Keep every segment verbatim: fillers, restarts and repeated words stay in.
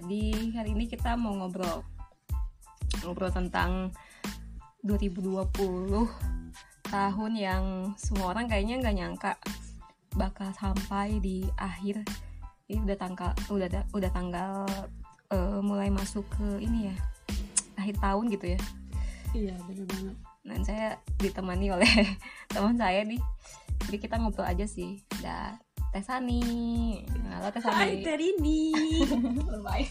Jadi hari ini kita mau ngobrol ngobrol tentang dua ribu dua puluh, tahun yang semua orang kayaknya nggak nyangka bakal sampai di akhir. Ini udah tanggal udah udah tanggal uh, mulai masuk ke ini ya, akhir tahun gitu ya. Iya, benar banget. Dan saya ditemani oleh teman saya nih. Jadi kita ngobrol aja sih. Ada Teh Sani. Halo Teh Sani. Hai Terini. Baik.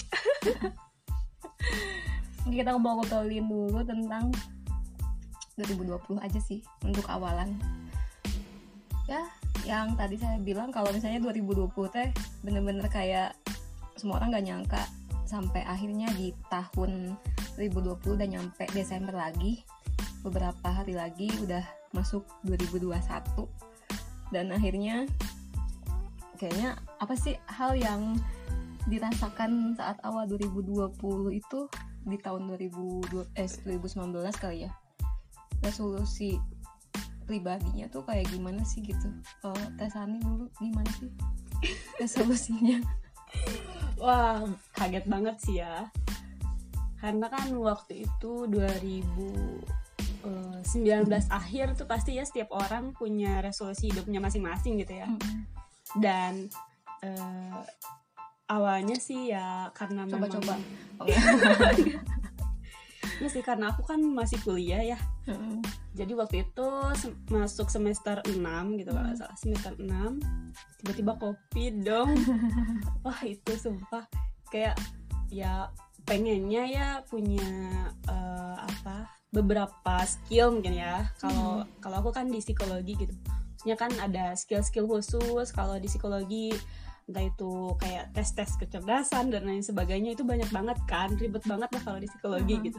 Ini kita ngobrol-ngobrolin dulu tentang dua ribu dua puluh aja sih untuk awalan. Ya, yang tadi saya bilang kalau misalnya dua ribu dua puluh teh bener-bener kayak semua orang gak nyangka sampai akhirnya di tahun dua ribu dua puluh udah nyampe Desember lagi. Beberapa hari lagi udah masuk dua ribu dua puluh satu. Dan akhirnya kayaknya apa sih hal yang dirasakan saat awal dua ribu dua puluh itu di tahun dua ribu dua, eh, dua ribu sembilan belas kali ya, resolusi pribadinya tuh kayak gimana sih gitu. Kalau Teh Sani dulu gimana sih resolusinya? Wah, kaget banget sih ya. Karena kan waktu itu dua ribu sembilan belas akhir tuh pasti ya setiap orang punya resolusi hidupnya masing-masing gitu ya. Mm-hmm. Dan uh, awalnya sih ya karena coba-coba. Oh, ini sih karena aku kan masih kuliah ya. Mm-hmm. Jadi waktu itu se- masuk semester enam gitu, kalau mm-hmm. salah semester enam tiba-tiba Covid dong. Wah, itu sumpah kayak ya pengennya ya punya uh, apa beberapa skill mungkin ya. Kalau hmm. kalau aku kan di psikologi gitu. Maksudnya kan ada skill-skill khusus kalau di psikologi, entah itu kayak tes-tes kecerdasan dan lain sebagainya, itu banyak banget kan, ribet banget lah kalau di psikologi hmm. gitu.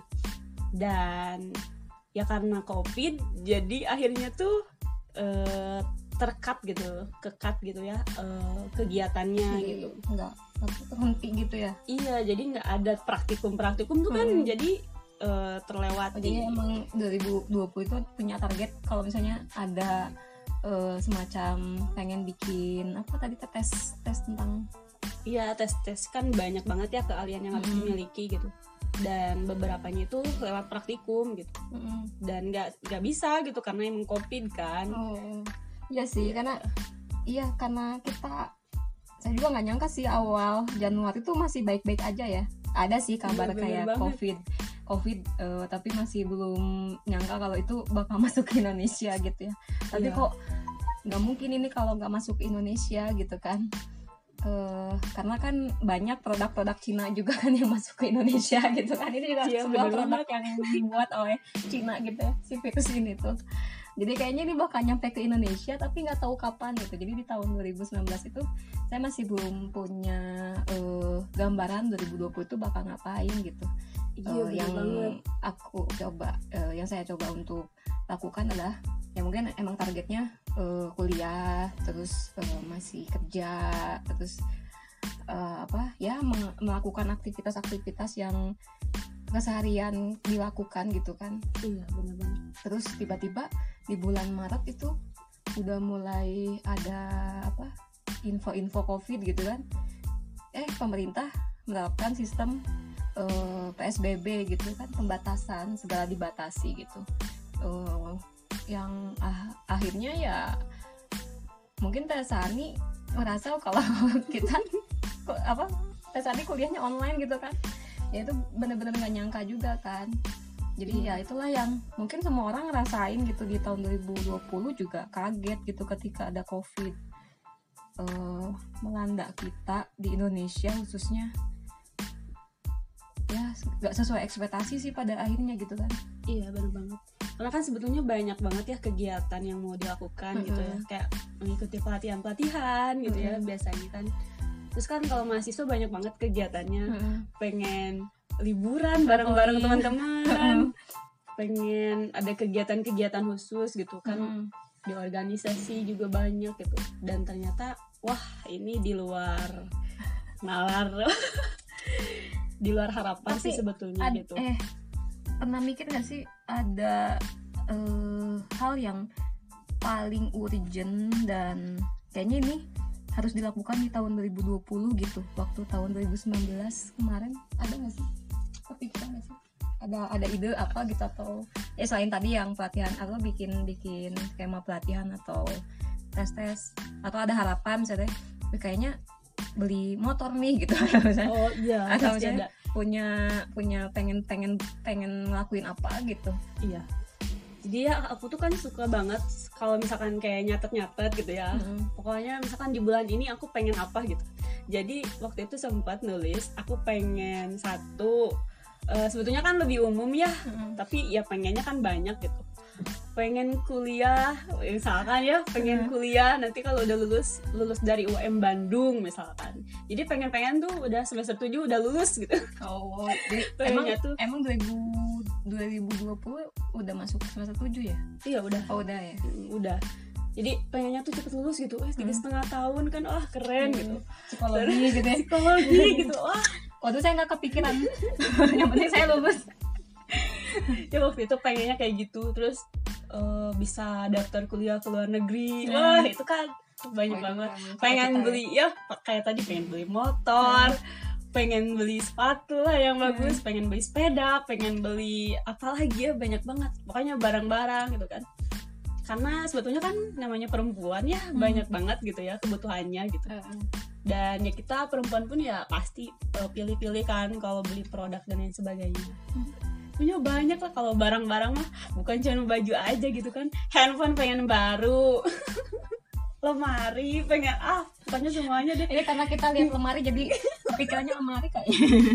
Dan ya karena Covid jadi akhirnya tuh uh, terkat gitu, kekat gitu ya uh, kegiatannya hmm. gitu. Enggak terhenti gitu ya. Iya, jadi nggak ada praktikum-praktikum tuh kan hmm. jadi Uh, terlewati. Oh, jadi emang dua ribu dua puluh itu punya target kalau misalnya ada uh, semacam pengen bikin apa tadi tes tes tentang iya tes-tes kan banyak banget ya keahlian yang harus hmm. dimiliki gitu, dan beberapanya itu lewat praktikum gitu. Hmm. Dan nggak nggak bisa gitu karena emang Covid kan. Oh iya sih, karena iya karena kita saya juga nggak nyangka sih awal Januari itu masih baik-baik aja ya. Ada sih kabar iya, kayak Covid Covid uh, tapi masih belum nyangka kalau itu bakal masuk ke Indonesia gitu ya. Tapi yeah. kok nggak mungkin ini kalau nggak masuk ke Indonesia gitu kan. Uh, karena kan banyak produk-produk Cina juga kan yang masuk ke Indonesia gitu kan. Ini juga yeah, sebuah produk banget yang dibuat oleh Cina gitu ya, si virus ini tuh. Jadi kayaknya ini bakal nyampe ke Indonesia tapi nggak tahu kapan gitu. Jadi di tahun dua ribu sembilan belas itu saya masih belum punya uh, gambaran dua ribu dua puluh itu bakal ngapain gitu. Iya, uh, yang banget. aku coba, uh, yang saya coba untuk lakukan adalah ya mungkin emang targetnya uh, kuliah, terus uh, masih kerja, terus uh, apa ya meng- melakukan aktivitas-aktivitas yang keseharian dilakukan gitu kan. Iya, benar-benar. Terus tiba-tiba di bulan Maret itu udah mulai ada apa info-info Covid gitu kan. Eh pemerintah menerapkan sistem uh, P S B B gitu kan, pembatasan, segala dibatasi gitu. Uh, yang ah, akhirnya ya mungkin Teh Sani merasa kalau kita apa Teh Sani kuliahnya online gitu kan. Ya itu benar-benar nggak nyangka juga kan. Jadi ya itulah yang mungkin semua orang ngerasain gitu di tahun dua ribu dua puluh juga kaget gitu ketika ada Covid uh, melanda kita di Indonesia khususnya. Ya nggak sesuai ekspektasi sih pada akhirnya gitu kan. Iya, benar banget. Karena kan sebetulnya banyak banget ya kegiatan yang mau dilakukan mm-hmm. gitu ya, kayak mengikuti pelatihan-pelatihan gitu mm-hmm. ya biasanya kan. Terus kan kalau mahasiswa banyak banget kegiatannya, mm-hmm. pengen liburan bareng-bareng oh, iya. teman-teman, pengen ada kegiatan-kegiatan khusus gitu kan, mm. di organisasi juga banyak gitu. Dan ternyata wah ini di luar nalar, di luar harapan. Tapi, sih sebetulnya ad, gitu. Eh pernah mikir nggak sih ada uh, hal yang paling urgent dan kayaknya ini harus dilakukan di tahun dua ribu dua puluh gitu, waktu tahun dua ribu sembilan belas kemarin. Ada nggak sih kepikiran nggak sih, ada ada ide apa gitu, atau ya selain tadi yang pelatihan atau bikin bikin skema pelatihan atau tes tes, atau ada harapan misalnya kayaknya beli motor nih gitu misalnya. Oh iya, atau pasti misalnya ada. punya punya pengen pengen pengen ngelakuin apa gitu. Iya. Jadi ya aku tuh kan suka banget kalau misalkan kayak nyatet-nyatet gitu ya. Mm-hmm. Pokoknya misalkan di bulan ini aku pengen apa gitu. Jadi waktu itu sempat nulis aku pengen satu, uh, sebetulnya kan lebih umum ya, mm-hmm. tapi ya pengennya kan banyak gitu. Pengen kuliah misalkan ya, pengen kuliah nanti kalau udah lulus lulus dari U M Bandung misalkan. Jadi pengen-pengen tuh udah semester tujuh udah lulus gitu. Oh, jadi emang tuh emang dua ribu dua puluh udah masuk semester tujuh ya? Iya udah. Oh udah ya. Hmm, udah. Jadi pengennya tuh cepet lulus gitu. Eh tiga setengah tahun kan, wah keren hmm. gitu. Psikologi gitu ya. Psikologi gitu. Wah. Waduh saya nggak kepikiran. Yang penting saya lulus. Ya waktu itu pengennya kayak gitu. Terus uh, bisa daftar kuliah ke luar negeri. Wah itu kan banyak oh, banget. Pengen beli ya kayak tadi pengen beli motor. Pengen beli sepatu lah yang bagus, hmm. pengen beli sepeda, pengen beli apa lagi ya, banyak banget. Pokoknya barang-barang gitu kan. Karena sebetulnya kan namanya perempuan ya, hmm. banyak banget gitu ya kebutuhannya gitu. Hmm. Dan ya kita perempuan pun ya pasti uh, pilih-pilih kan kalau beli produk dan lain sebagainya. Hmm. Punya banyak lah kalau barang-barang mah, bukan cuma baju aja gitu kan. Handphone pengen baru. Lemari pengen ah pokoknya semuanya deh. Ini karena kita lihat lemari jadi pikirannya lemari kayak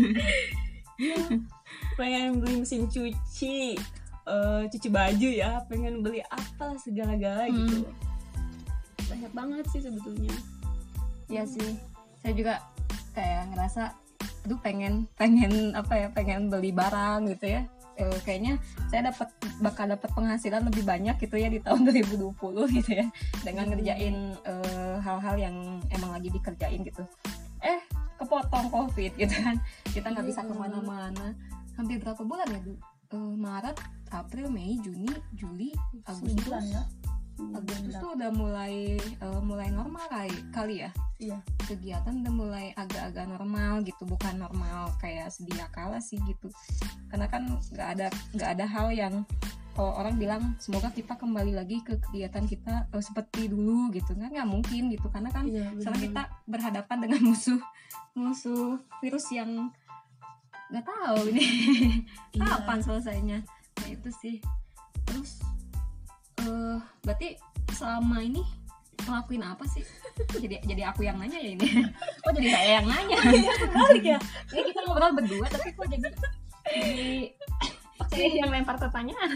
ya, pengen beli mesin cuci, uh, cuci baju ya, pengen beli apa segala-gala hmm. gitu. Banyak banget sih sebetulnya. Ya sih, saya juga kayak ngerasa aduh pengen pengen apa ya pengen beli barang gitu ya. Uh, kayaknya saya dapat bakal dapat penghasilan lebih banyak gitu ya di tahun dua ribu dua puluh gitu ya dengan ngerjain uh, hal-hal yang emang lagi dikerjain gitu. Eh kepotong covid gitu kan, kita nggak bisa kemana-mana hampir berapa bulan ya Bu? Uh, Maret, April, Mei, Juni, Juli, Agustus ya. Agustus tuh udah mulai uh, mulai normal kali kali ya. Iya. Kegiatan udah mulai agak-agak normal gitu, bukan normal kayak sedia kala sih gitu. Karena kan nggak ada nggak ada hal yang kalau orang bilang semoga kita kembali lagi ke kegiatan kita uh, seperti dulu gitu kan, nggak mungkin gitu karena kan iya, sekarang kita berhadapan dengan musuh musuh virus yang nggak tahu ini iya. kapan selesainya. Nah itu sih. Terus uh, berarti selama ini ngelakuin apa sih? Jadi jadi aku yang nanya ya ini. Kok jadi saya yang nanya? Oh, iya, kebalik ya. Ini kita ngobrol berdua tapi kok jadi jadi saya yang lempar pertanyaan.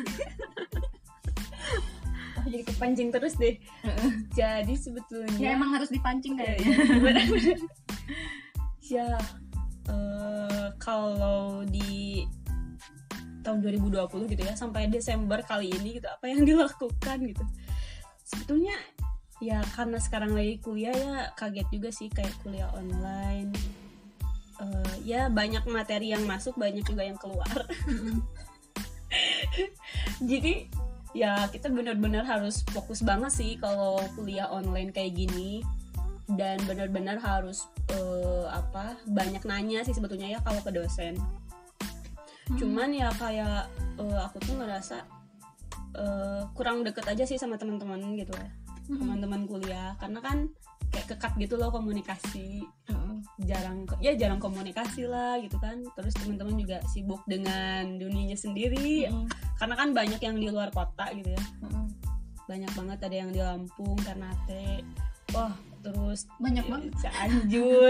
Oh, jadi kepancing terus deh. Jadi sebetulnya ya emang harus dipancing kayaknya. Ya uh, kalau di tahun dua ribu dua puluh gitu ya sampai Desember kali ini gitu apa yang dilakukan gitu. Sebetulnya ya karena sekarang lagi kuliah ya kaget juga sih kayak kuliah online. Uh, ya banyak materi yang masuk, banyak juga yang keluar. Jadi ya kita benar-benar harus fokus banget sih kalau kuliah online kayak gini, dan benar-benar harus uh, apa banyak nanya sih sebetulnya ya kalau ke dosen. Hmm. Cuman ya kayak uh, aku tuh ngerasa uh, kurang deket aja sih sama teman-teman gitu ya, hmm. teman-teman kuliah, karena kan kayak kekat gitu loh komunikasi. Hmm. jarang ya jarang komunikasi lah gitu kan. Terus teman-teman juga sibuk dengan dunianya sendiri, hmm. karena kan banyak yang di luar kota gitu ya. Hmm. Banyak banget, ada yang di Lampung, Ternate, wah terus banyak banget Cianjur.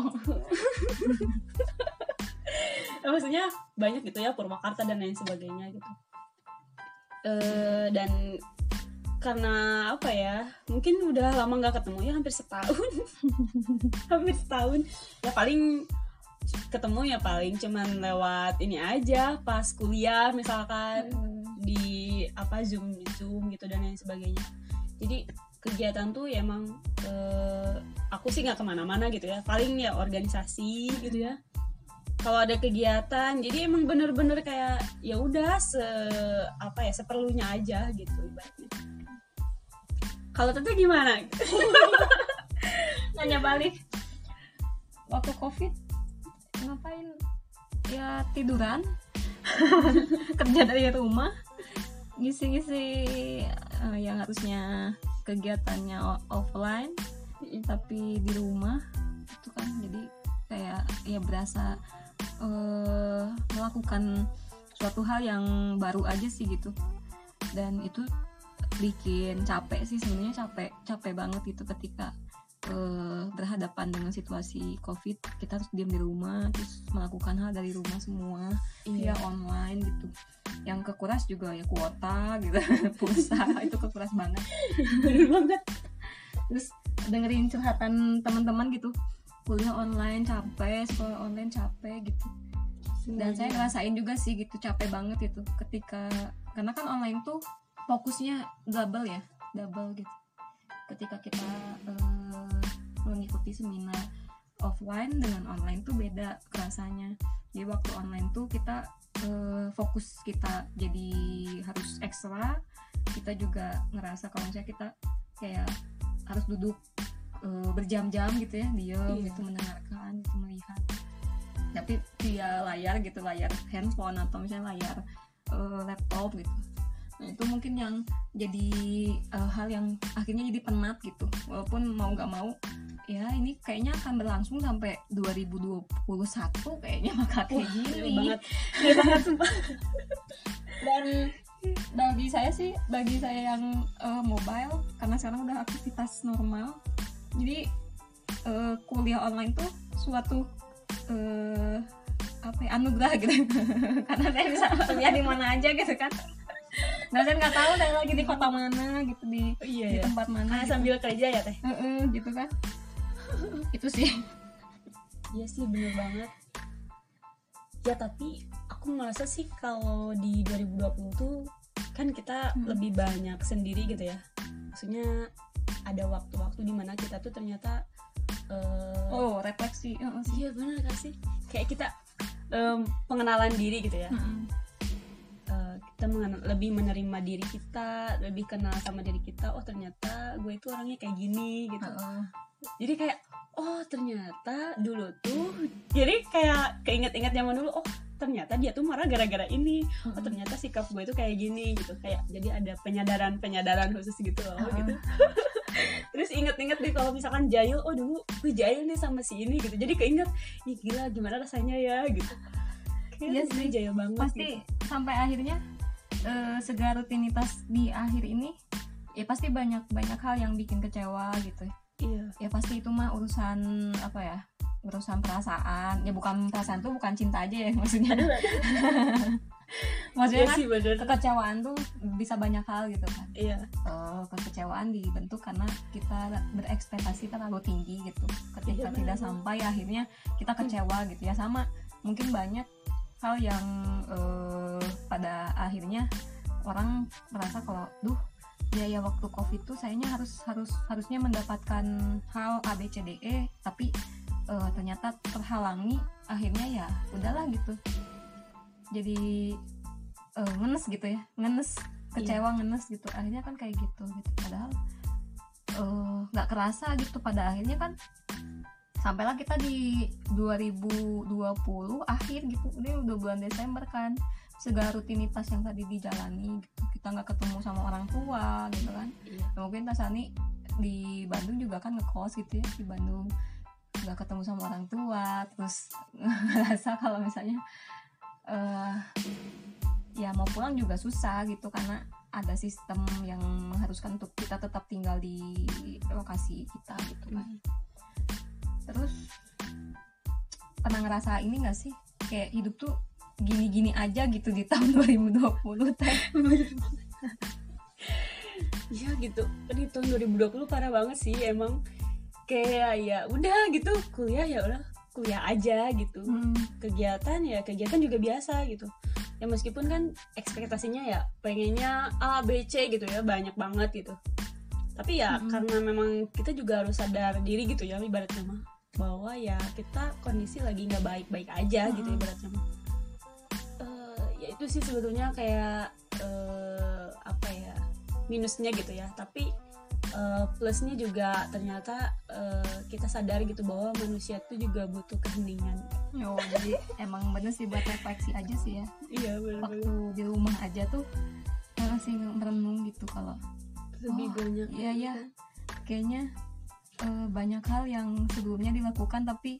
Nah, maksudnya banyak gitu ya, Purwakarta dan lain sebagainya gitu. Uh, dan karena apa ya, mungkin udah lama nggak ketemu ya, hampir setahun. hampir setahun ya, paling ketemu ya paling cuman lewat ini aja pas kuliah misalkan, hmm. di apa zoom zoom gitu dan lain sebagainya. Jadi kegiatan tuh ya emang uh, aku sih nggak kemana-mana gitu ya, paling ya organisasi gitu ya. Kalau ada kegiatan, jadi emang bener-bener kayak ya udah se apa ya seperlunya aja gitu ibaratnya. Kalau Tete gimana? Nah Tanya balik. Waktu COVID ngapain? Ya tiduran. Kerja dari rumah. Ngisi-ngisi uh, yang harusnya kegiatannya offline tapi di rumah itu kan, jadi kayak ya berasa uh, melakukan suatu hal yang baru aja sih gitu, dan itu bikin capek sih sebenarnya, capek capek banget gitu ketika uh, berhadapan dengan situasi COVID. Kita harus diam di rumah terus melakukan hal dari rumah semua via Iya. online gitu. Yang kekuras juga ya kuota gitu pulsa itu kekuras banget. Bener banget. Terus dengerin curhatan teman-teman gitu, kuliah online capek, sekolah online capek gitu. Dan saya ngerasain juga sih gitu, capek banget itu ketika, karena kan online tuh fokusnya double ya, double gitu. Ketika kita uh, mengikuti seminar offline dengan online tuh beda kerasanya. Jadi waktu online tuh kita uh, fokus kita jadi harus ekstra. Kita juga ngerasa kalau misalnya kita kayak harus duduk uh, berjam-jam gitu ya, diam Iya. gitu, mendengarkan gitu, melihat. Tapi via layar gitu, layar handphone atau misalnya layar uh, laptop gitu. Nah itu mungkin yang jadi uh, hal yang akhirnya jadi penat gitu. Walaupun mau nggak mau ya ini kayaknya akan berlangsung sampai dua ribu dua puluh satu kayaknya, maka kayak Wah, gini. real banget. Real banget sumpah. Dan bagi saya sih, bagi saya yang uh, mobile, karena sekarang udah aktivitas normal, jadi uh, kuliah online tuh suatu uh, apa ya, anugerah gitu. Karena saya bisa kuliah di mana aja gitu kan. Nah saya nggak tahu saya lagi di kota mana gitu, di, Iya, di iya. tempat mana Ah, gitu. sambil kerja ya teh. Uh-uh, gitu kan. Itu sih. Iya sih, bener banget. Ya tapi aku merasa sih kalau di dua ribu dua puluh tuh kan kita Hmm. lebih banyak sendiri gitu ya. Maksudnya ada waktu-waktu dimana kita tuh ternyata eh, Oh refleksi. Uh-uh, sih. iya bener gak sih? Kayak kita em, pengenalan diri gitu ya. Uh-uh. Eh, kita mengenal, lebih menerima diri kita, lebih kenal sama diri kita. Oh ternyata gue itu orangnya kayak gini gitu. Uh-uh. Jadi kayak oh ternyata dulu tuh, jadi kayak keinget-inget zaman dulu, oh ternyata dia tuh marah gara-gara ini, oh ternyata sikap gue tuh kayak gini gitu. Kayak jadi ada penyadaran-penyadaran khusus gitu loh. Uh-uh. Gitu. Terus inget-inget nih kalau misalkan jahil, oh dulu gue jahil nih sama si ini gitu. Jadi keinget, ih gila gimana rasanya ya gitu. Iya Kayaknya sih, jahil banget pasti gitu. sampai akhirnya eh, segala rutinitas di akhir ini ya pasti banyak banyak hal yang bikin kecewa gitu. Iya. Ya pasti itu mah urusan apa ya, urusan perasaan. Ya bukan perasaan tuh bukan cinta aja ya maksudnya. Maksudnya Iya kan sih bener. kekecewaan tuh bisa banyak hal gitu kan. Iya. Eh, kekecewaan dibentuk karena kita berekspektasi terlalu tinggi gitu. Ketika Iya, tidak benar. sampai akhirnya kita kecewa gitu ya. Sama mungkin banyak hal yang eh, pada akhirnya orang merasa kalau duh ya ya waktu covid tuh sayanya harus harus harusnya mendapatkan hal A B C D E, tapi eh, ternyata terhalangi, akhirnya ya udahlah gitu, jadi eh, ngenes gitu ya, ngenes, kecewa, ngenes gitu, akhirnya kan kayak gitu gitu. Padahal eh, nggak kerasa gitu, pada akhirnya kan sampailah kita di dua ribu dua puluh akhir gitu, ini udah bulan Desember kan, segala rutinitas yang tadi dijalani gitu, kita nggak ketemu sama orang tua gitu kan. Iya. Ya, mungkin Tasani di Bandung juga kan ngekos gitu ya, di Bandung nggak ketemu sama orang tua, terus ngerasa kalau misalnya uh, ya mau pulang juga susah gitu karena ada sistem yang mengharuskan untuk kita tetap tinggal di lokasi kita gitu kan. Terus pernah ngerasa ini nggak sih, kayak hidup tuh gini-gini aja gitu di tahun dua ribu dua puluh teh? Iya gitu, di tahun dua ribu dua puluh parah banget sih emang. Kayak ya udah gitu, kuliah ya udah kuliah aja gitu. Hmm. Kegiatan ya kegiatan juga biasa gitu. Ya meskipun kan ekspektasinya ya pengennya A B C gitu ya, banyak banget gitu. Tapi ya Hmm. karena memang kita juga harus sadar diri gitu ya, ibaratnya mah bahwa ya kita kondisi lagi nggak baik-baik aja gitu Hmm. ibaratnya mah. Eh, ya itu sih sebetulnya kayak eh, apa ya, minusnya gitu ya. Tapi uh, plusnya juga ternyata uh, kita sadar gitu bahwa manusia tuh juga butuh keheningan. Oh, jadi emang bener sih buat refleksi aja sih ya. Iya bener. Waktu di rumah aja tuh masih merenung gitu kalau lebih oh, banyak. Iya ya, kayaknya uh, banyak hal yang sebelumnya dilakukan tapi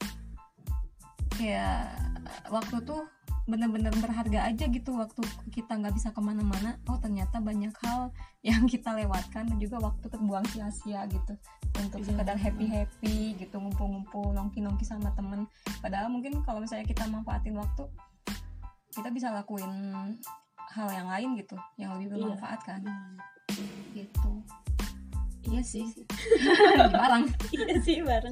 kayak waktu tuh bener-bener berharga aja gitu waktu kita nggak bisa kemana-mana. Oh ternyata banyak hal yang kita lewatkan dan juga waktu terbuang sia-sia gitu untuk iya, sekedar happy-happy gitu, ngumpul-ngumpul, nongki-nongki sama temen. Padahal mungkin kalau misalnya kita manfaatin waktu, kita bisa lakuin hal yang lain gitu yang lebih bermanfaat kan. Iya. Gitu. Iya sih. Bareng. Iya sih bareng.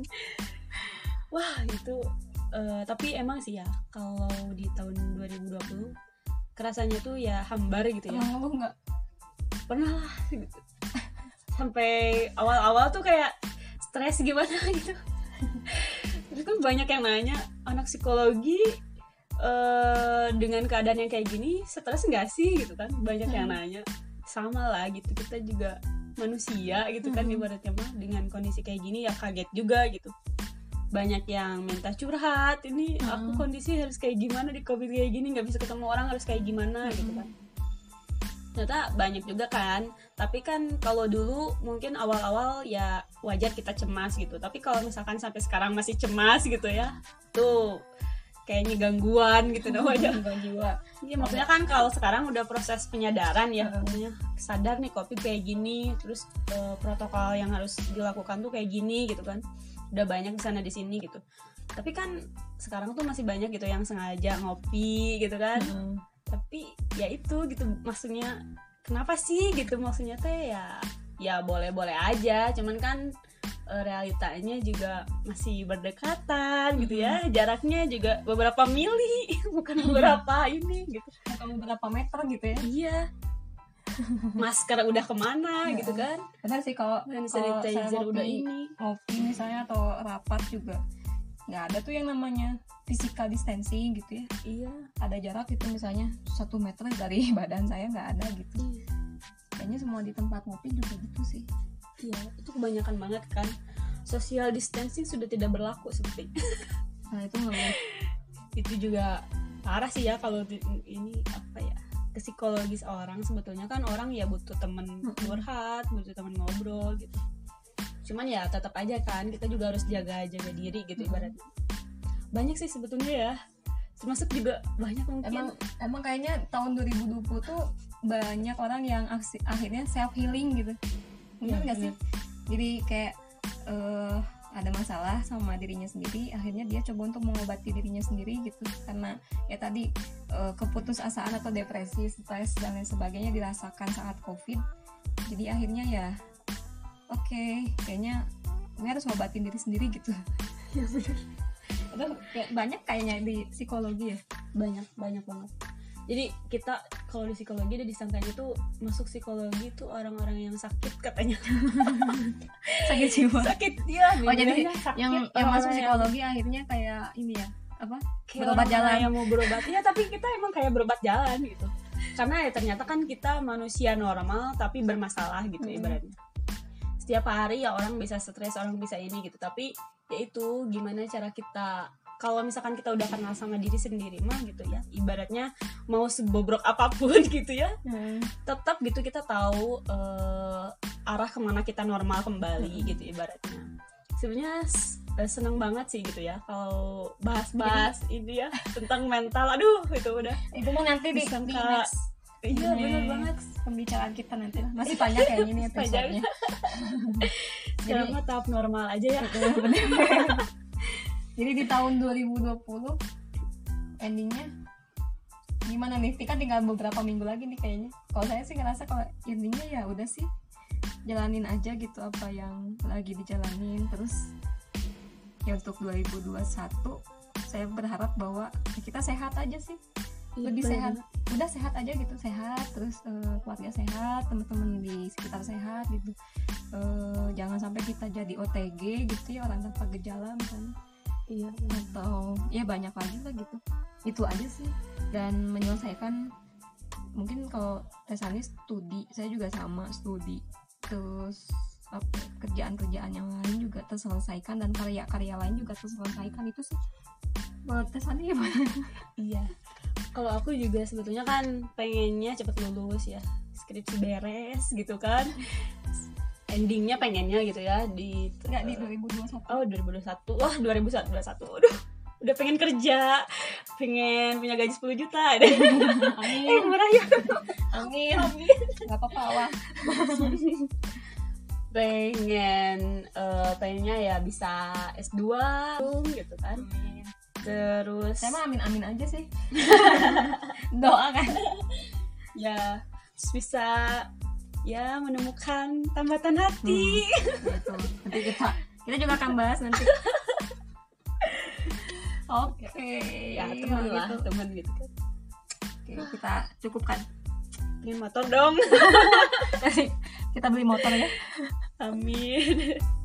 Wah itu. Uh, tapi emang sih ya kalau di tahun dua ribu dua puluh kerasanya tuh ya hambar gitu ya. Emang lu nggak pernah lah gitu. Sampai awal-awal tuh kayak stres gimana gitu. Terus kan banyak yang nanya, anak psikologi uh, dengan keadaan yang kayak gini stres nggak sih gitu kan, banyak hmm. yang nanya. Sama lah gitu, kita juga manusia gitu kan, hmm. ibaratnya mah dengan kondisi kayak gini ya kaget juga gitu. Banyak yang minta curhat, ini hmm. aku kondisi harus kayak gimana di covid kayak gini, nggak bisa ketemu orang harus kayak gimana hmm. gitu kan. Ternyata banyak juga kan, tapi kan kalau dulu mungkin awal-awal ya wajar kita cemas gitu, tapi kalau misalkan sampai sekarang masih cemas gitu ya, tuh kayaknya gangguan gitu dah wajar. Jiwa. Iya maksudnya kan kalau sekarang udah proses penyadaran ya, maksudnya sadar nih covid kayak gini, terus uh, protokol yang harus dilakukan tuh kayak gini gitu kan. Udah banyak di sana di sini gitu. Tapi kan sekarang tuh masih banyak gitu yang sengaja ngopi gitu kan. Hmm. Tapi ya itu gitu maksudnya kenapa sih gitu, maksudnya teh ya ya boleh-boleh aja, cuman kan e, realitanya juga masih berdekatan gitu ya. Jaraknya juga beberapa mili bukan beberapa ini gitu. Bukan beberapa meter gitu ya. Iya. Masker udah kemana ya, gitu kan. Benar sih kalau sanitizer udah ini ngopi misalnya atau rapat juga nggak ada tuh yang namanya physical distancing gitu ya. Iya, ada jarak itu misalnya satu meter dari badan saya, nggak ada gitu. Iya. Kayaknya semua di tempat ngopi juga gitu sih. Iya, itu kebanyakan banget kan social distancing sudah tidak berlaku seperti. Nah itu nggak itu juga parah sih ya kalau ini apa ya, ke psikologis orang. Sebetulnya kan orang ya butuh temen curhat, butuh temen ngobrol gitu. Cuman ya tetap aja kan kita juga harus jaga jaga diri gitu ibaratnya. Banyak sih sebetulnya ya, termasuk juga banyak mungkin. Emang emang kayaknya tahun dua ribu dua puluh tuh banyak orang yang aksi, akhirnya self healing gitu. Bener nggak ya, sih? Jadi kayak uh, ada masalah sama dirinya sendiri, akhirnya dia coba untuk mengobati dirinya sendiri gitu, karena ya tadi e, keputusasaan atau depresi, stres dan lain sebagainya dirasakan saat covid. Jadi akhirnya ya oke, okay, kayaknya gue harus ngobatin diri sendiri gitu. Ya benar. Ada banyak kayaknya di psikologi ya, banyak banyak banget. Jadi kita kalau di psikologi dia disangkanya tuh masuk psikologi tuh orang-orang yang sakit katanya. Sakit jiwa. Sakit ya. Oh jadi sakit, yang yang masuk psikologi yang akhirnya kayak ini ya, apa? Kayak berobat jalan. Yang mau berobat ya, tapi kita emang kayak berobat jalan gitu. Karena ya ternyata kan kita manusia normal tapi bermasalah gitu hmm. ibaratnya. Setiap hari ya orang bisa stres, orang bisa ini gitu, tapi ya itu gimana cara kita, kalau misalkan kita udah kenal sama diri sendiri mah gitu ya, ibaratnya mau sebobrok apapun gitu ya, hmm. tetap gitu kita tahu uh, arah kemana kita normal kembali hmm. gitu ibaratnya. Sebenarnya uh, seneng banget sih gitu ya kalau bahas-bahas ini ya tentang mental. Aduh itu udah itu mau nanti di next. Iya benar banget pembicaraan kita nanti masih panjang kayak gini episode-nya. Jadi mah tahap normal aja ya. Jadi di tahun dua ribu dua puluh endingnya gimana nih? Kan tinggal beberapa minggu lagi nih kayaknya. Kalau saya sih ngerasa kalau endingnya ya udah sih jalanin aja gitu apa yang lagi dijalanin. Terus ya untuk dua ribu dua puluh satu saya berharap bahwa kita sehat aja sih. Lebih Bener. sehat. Udah sehat aja gitu, sehat. Terus uh, keluarga sehat, teman-teman di sekitar sehat gitu. Uh, jangan sampai kita jadi O T G gitu ya, orang tanpa gejala misalnya. Iya, atau ya banyak lagi lah gitu. Itu aja sih. Dan menyelesaikan, mungkin kalau Tesani studi, saya juga sama studi. Terus kerjaan-kerjaan yang lain juga terselesaikan dan karya-karya lain juga terselesaikan. Itu sih menurut kesannya gimana? Iya, kalau aku juga sebetulnya kan pengennya cepet lulus ya, skripsi beres gitu kan, endingnya pengennya gitu ya di nggak di dua ribu dua puluh satu. Oh dua ribu dua puluh satu, wah dua ribu dua puluh satu, aduh udah pengen kerja, pengen punya gaji sepuluh juta deh. Amin. Eh murah ya. Amin. Amin. Gak apa-apa lah. Pengen uh, pengennya ya bisa S dua gitu kan. Amin. Terus saya mah amin-amin aja sih. Doa kan. Ya bisa ya menemukan tambatan hati. Hmm, gitu. Nanti kita kita juga akan bahas nanti. Oke, okay. Ya teman lah, gitu. teman gitu kan. Oke, okay, kita cukupkan. Pengen motor dong. Kita beli motor ya. Amin.